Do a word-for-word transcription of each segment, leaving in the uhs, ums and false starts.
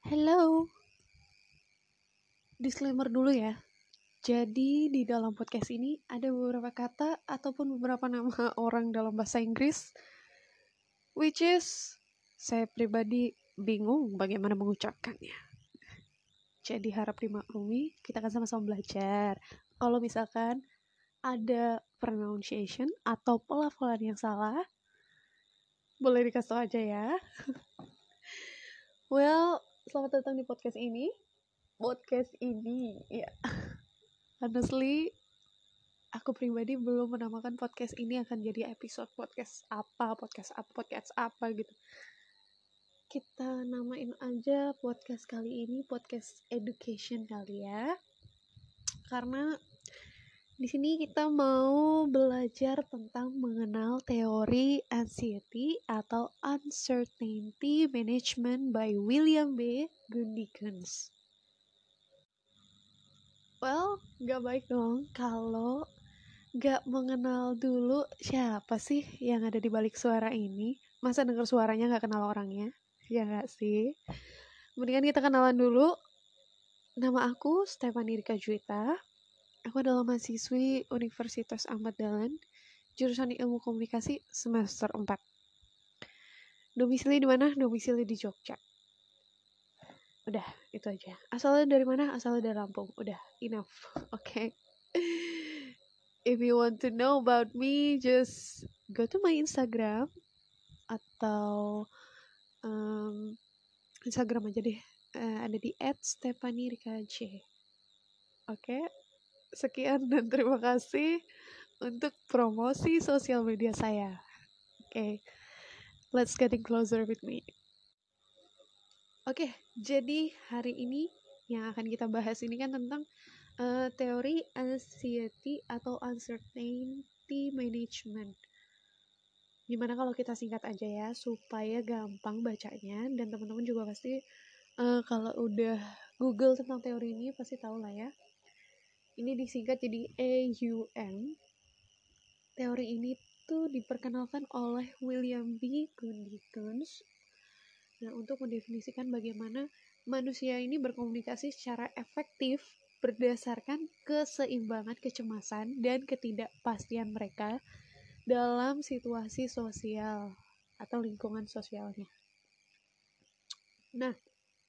Hello, disclaimer dulu ya. Jadi di dalam podcast ini ada beberapa kata ataupun beberapa nama orang dalam bahasa Inggris, which is saya pribadi bingung bagaimana mengucapkannya. Jadi harap dimaklumi, kita akan sama-sama belajar. Kalau misalkan ada pronunciation atau pelafalan yang salah, boleh dikasih tau aja ya. Well, selamat datang di podcast ini. Podcast ini, ya. Honestly, aku pribadi belum menamakan podcast ini akan jadi episode podcast apa, podcast apa, podcast apa gitu. Kita namain aja podcast kali ini podcast education kali ya. Karena di sini kita mau belajar tentang mengenal teori anxiety atau uncertainty management by William B. Gundy-Kunz. Well, gak baik dong kalau gak mengenal dulu siapa sih yang ada di balik suara ini. Masa denger suaranya gak kenal orangnya? Ya gak sih? Mendingan kita kenalan dulu. Nama aku Stephanie Rika Juwita. Aku adalah mahasiswi Universitas Ahmad Dahlan, jurusan Ilmu Komunikasi semester empat. Domisili di mana? Domisili di Jogja. Udah, itu aja. Asalnya dari mana? Asalnya dari Lampung. Udah, enough. Oke. Okay. If you want to know about me, just go to my Instagram atau um, Instagram aja deh. Uh, ada di et stephanie rika c. Oke, okay? Sekian dan terima kasih untuk promosi sosial media saya. Oke, okay. Let's getting closer with me. Oke, okay, jadi hari ini yang akan kita bahas ini kan tentang uh, teori anxiety atau uncertainty management. Gimana kalau kita singkat aja ya, supaya gampang bacanya, dan teman-teman juga pasti uh, kalau udah Google tentang teori ini pasti tahu lah ya. Ini disingkat jadi A U M. Teori ini tuh diperkenalkan oleh William B. Gundy-Kunz. Nah, untuk mendefinisikan bagaimana manusia ini berkomunikasi secara efektif berdasarkan keseimbangan kecemasan dan ketidakpastian mereka dalam situasi sosial atau lingkungan sosialnya. Nah,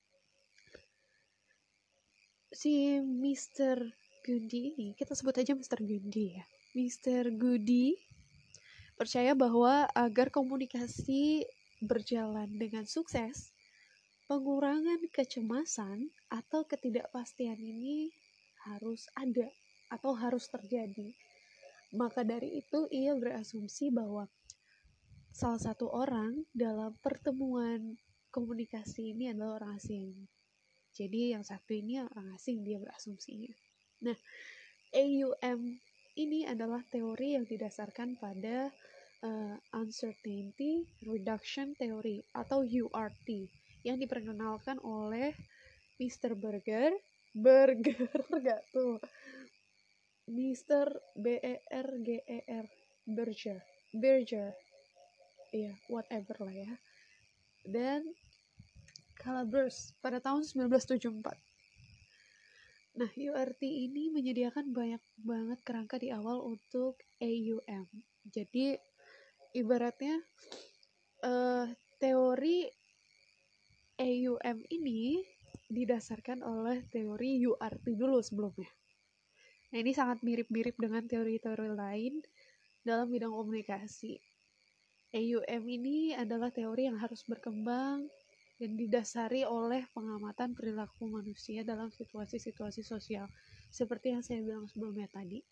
si mister Gundy ini, kita sebut aja mister Gundy ya. mister Gundy percaya bahwa agar komunikasi berjalan dengan sukses, pengurangan kecemasan atau ketidakpastian ini harus ada atau harus terjadi. Maka dari itu ia berasumsi bahwa salah satu orang dalam pertemuan komunikasi ini adalah orang asing. Jadi yang satu ini orang asing, dia berasumsinya. Nah, A U M ini adalah teori yang didasarkan pada uh, Uncertainty Reduction Theory atau U R T yang diperkenalkan oleh mister Berger. Berger gak tuh? mister B E R G E R Berger. Berger. Iya, yeah, whatever lah ya. Dan Calabres pada tahun sembilan belas tujuh puluh empat. Nah, U R T ini menyediakan banyak banget kerangka di awal untuk A U M. Jadi, ibaratnya uh, teori A U M ini didasarkan oleh teori U R T dulu sebelumnya. Nah, ini sangat mirip-mirip dengan teori-teori lain dalam bidang komunikasi. A U M ini adalah teori yang harus berkembang dan didasari oleh pengamatan perilaku manusia dalam situasi-situasi sosial, seperti yang saya bilang sebelumnya tadi.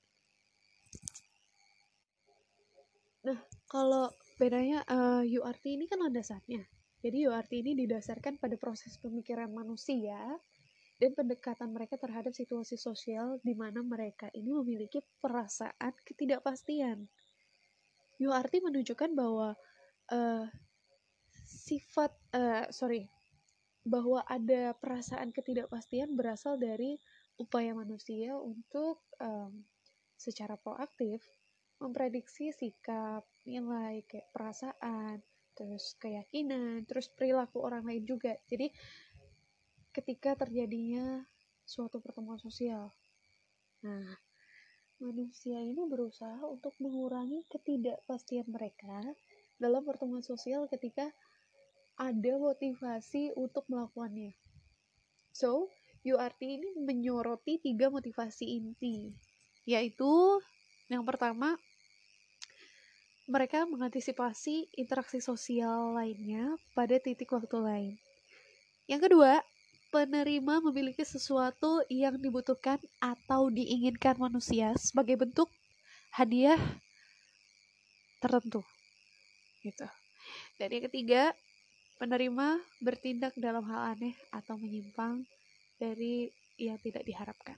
Nah, kalau bedanya uh, U R T ini kan landasannya. Jadi U R T ini didasarkan pada proses pemikiran manusia dan pendekatan mereka terhadap situasi sosial di mana mereka ini memiliki perasaan ketidakpastian. U R T menunjukkan bahwa uh, sifat, uh, sorry, bahwa ada perasaan ketidakpastian berasal dari upaya manusia untuk um, secara proaktif memprediksi sikap, nilai, kayak perasaan, terus keyakinan, terus perilaku orang lain juga. Jadi ketika terjadinya suatu pertemuan sosial. Nah, manusia ini berusaha untuk mengurangi ketidakpastian mereka dalam pertemuan sosial ketika ada motivasi untuk melakukannya. So, U R T ini menyoroti tiga motivasi inti, yaitu yang pertama, mereka mengantisipasi interaksi sosial lainnya pada titik waktu lain. Yang kedua, penerima memiliki sesuatu yang dibutuhkan atau diinginkan manusia sebagai bentuk hadiah tertentu. Gitu. Dan yang ketiga, penerima bertindak dalam hal aneh atau menyimpang dari yang tidak diharapkan.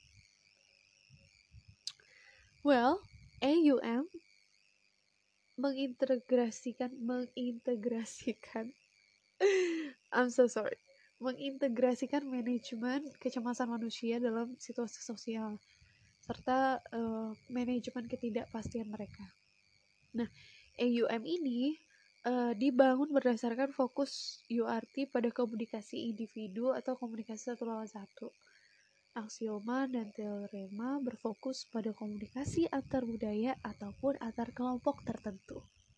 Well, A U M mengintegrasikan mengintegrasikan I'm so sorry mengintegrasikan manajemen kecemasan manusia dalam situasi sosial serta uh, manajemen ketidakpastian mereka. Nah, A U M ini uh, dibangun berdasarkan fokus U R T pada komunikasi individu atau komunikasi satu lawan satu. Aksioma dan teorema berfokus pada komunikasi antar budaya ataupun antar kelompok tertentu.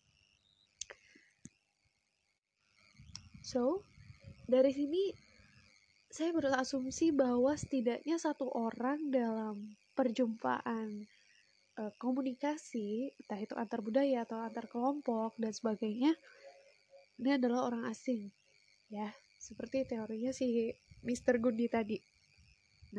So, dari sini saya berasumsi bahwa setidaknya satu orang dalam perjumpaan e, komunikasi, entah itu antar budaya atau antar kelompok dan sebagainya, ini adalah orang asing, ya, seperti teorinya si mister Gundi tadi. Nah,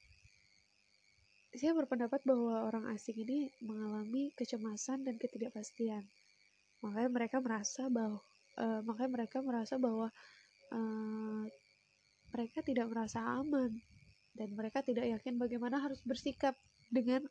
saya berpendapat bahwa orang asing ini mengalami kecemasan dan ketidakpastian. Makanya mereka merasa bahwa uh, makanya mereka merasa bahwa uh, mereka tidak merasa aman dan mereka tidak yakin bagaimana harus bersikap dengan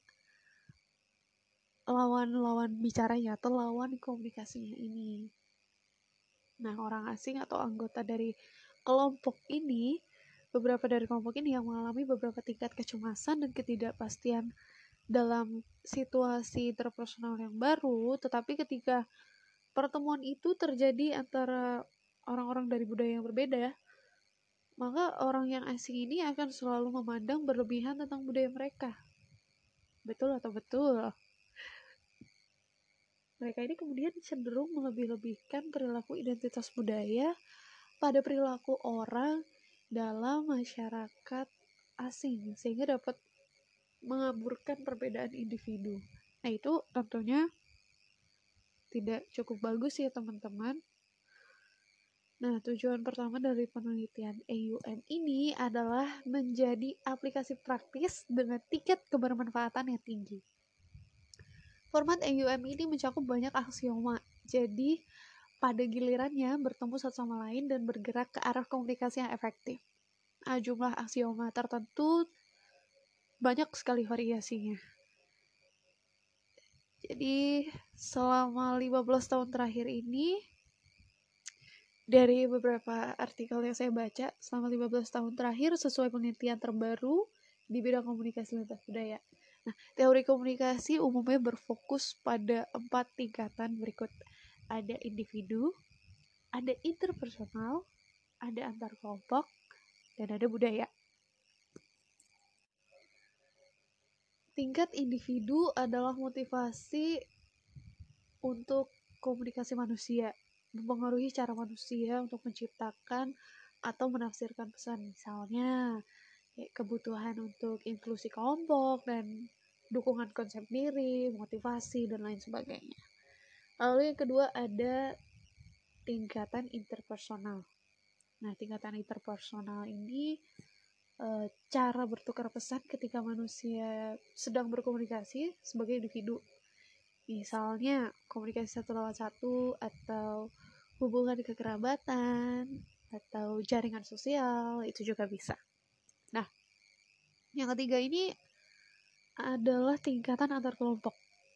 lawan-lawan bicaranya atau lawan komunikasinya ini. Nah, orang asing atau anggota dari kelompok ini, beberapa dari kelompok ini yang mengalami beberapa tingkat kecemasan dan ketidakpastian dalam situasi interpersonal yang baru, tetapi ketika pertemuan itu terjadi antara orang-orang dari budaya yang berbeda, maka orang yang asing ini akan selalu memandang berlebihan tentang budaya mereka. Betul atau betul? Mereka ini kemudian cenderung melebih-lebihkan perilaku identitas budaya pada perilaku orang dalam masyarakat asing, sehingga dapat mengaburkan perbedaan individu. Nah, itu tentunya tidak cukup bagus ya teman-teman. Nah, tujuan pertama dari penelitian A U M ini adalah menjadi aplikasi praktis dengan tingkat kebermanfaatan yang tinggi. Format A U M ini mencakup banyak aksioma, jadi pada gilirannya bertemu satu sama lain dan bergerak ke arah komunikasi yang efektif. Nah, jumlah aksioma tertentu banyak sekali variasinya. Jadi selama lima belas tahun terakhir ini, dari beberapa artikel yang saya baca selama lima belas tahun terakhir sesuai penelitian terbaru di bidang komunikasi lintas budaya. Nah, teori komunikasi umumnya berfokus pada empat tingkatan berikut. Ada individu, ada interpersonal, ada antar kelompok, dan ada budaya. Tingkat individu adalah motivasi untuk komunikasi manusia, mempengaruhi cara manusia untuk menciptakan atau menafsirkan pesan. Misalnya, ya, kebutuhan untuk inklusi kelompok dan dukungan konsep diri, motivasi, dan lain sebagainya. Lalu yang kedua ada tingkatan interpersonal. Nah, tingkatan interpersonal ini e, cara bertukar pesan ketika manusia sedang berkomunikasi sebagai individu. Misalnya komunikasi satu lawan satu atau hubungan kekerabatan atau jaringan sosial, itu juga bisa. Nah, yang ketiga ini adalah tingkatan antar kelompok.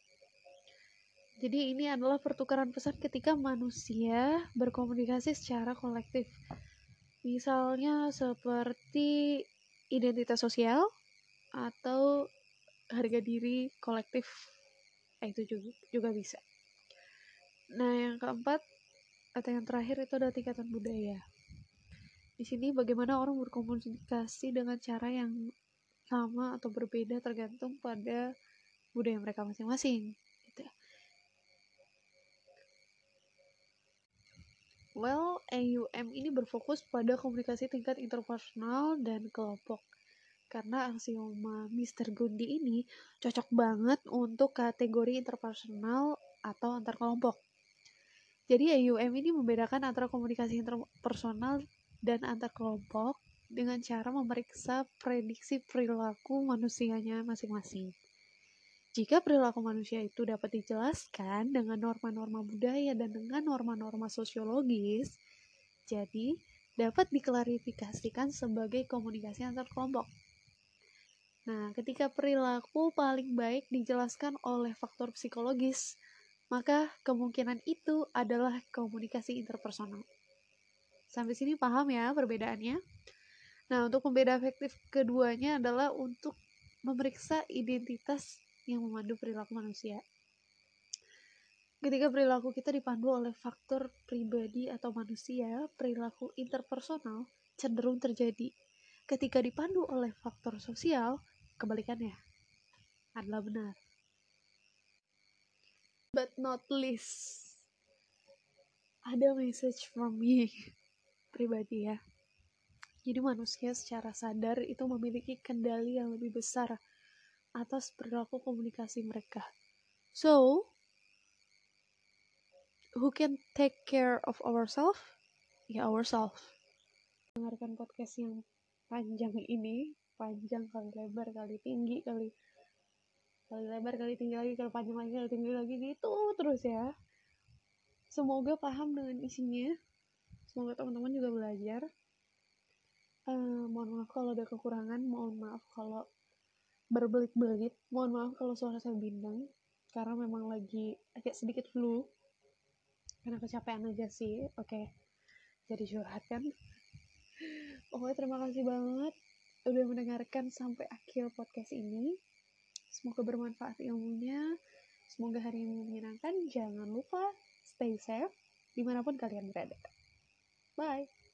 Jadi ini adalah pertukaran pesan ketika manusia berkomunikasi secara kolektif. Misalnya seperti identitas sosial atau harga diri kolektif. Nah, itu juga, juga bisa. Nah, yang keempat atau yang terakhir itu adalah tingkatan budaya. Di sini bagaimana orang berkomunikasi dengan cara yang sama atau berbeda tergantung pada budaya mereka masing-masing. Gitu. Well, A U M ini berfokus pada komunikasi tingkat interpersonal dan kelompok. Karena aksioma mister Gundi ini cocok banget untuk kategori interpersonal atau antar kelompok. Jadi A U M ini membedakan antara komunikasi interpersonal dan antar kelompok dengan cara memeriksa prediksi perilaku manusianya masing-masing. Jika perilaku manusia itu dapat dijelaskan dengan norma-norma budaya dan dengan norma-norma sosiologis, jadi dapat diklarifikasikan sebagai komunikasi antar kelompok. Nah, ketika perilaku paling baik dijelaskan oleh faktor psikologis, maka kemungkinan itu adalah komunikasi interpersonal. Sampai sini paham ya perbedaannya? Nah, untuk pembeda efektif keduanya adalah untuk memeriksa identitas yang memandu perilaku manusia. Ketika perilaku kita dipandu oleh faktor pribadi atau manusia, perilaku interpersonal cenderung terjadi. Ketika dipandu oleh faktor sosial, kebalikannya adalah benar. But not least, ada message from me pribadi ya. Jadi manusia secara sadar itu memiliki kendali yang lebih besar atas perilaku komunikasi mereka. So, who can take care of ourselves? Ya ourselves. Dengarkan podcast yang panjang ini, panjang kali lebar kali tinggi kali kali lebar kali tinggi lagi kali panjang lagi kali tinggi lagi gitu terus ya. Semoga paham dengan isinya. Semoga teman-teman juga belajar. Uh, mohon maaf kalau ada kekurangan, mohon maaf kalau berbelit-belit, mohon maaf kalau suara saya bindeng karena memang lagi agak sedikit flu karena kecapean aja sih. Oke, okay. Jadi curhat kan. Pokoknya terima kasih banget udah mendengarkan sampai akhir podcast ini. Semoga bermanfaat ilmunya. Semoga hari ini menyenangkan. Jangan lupa stay safe dimanapun kalian berada. Bye.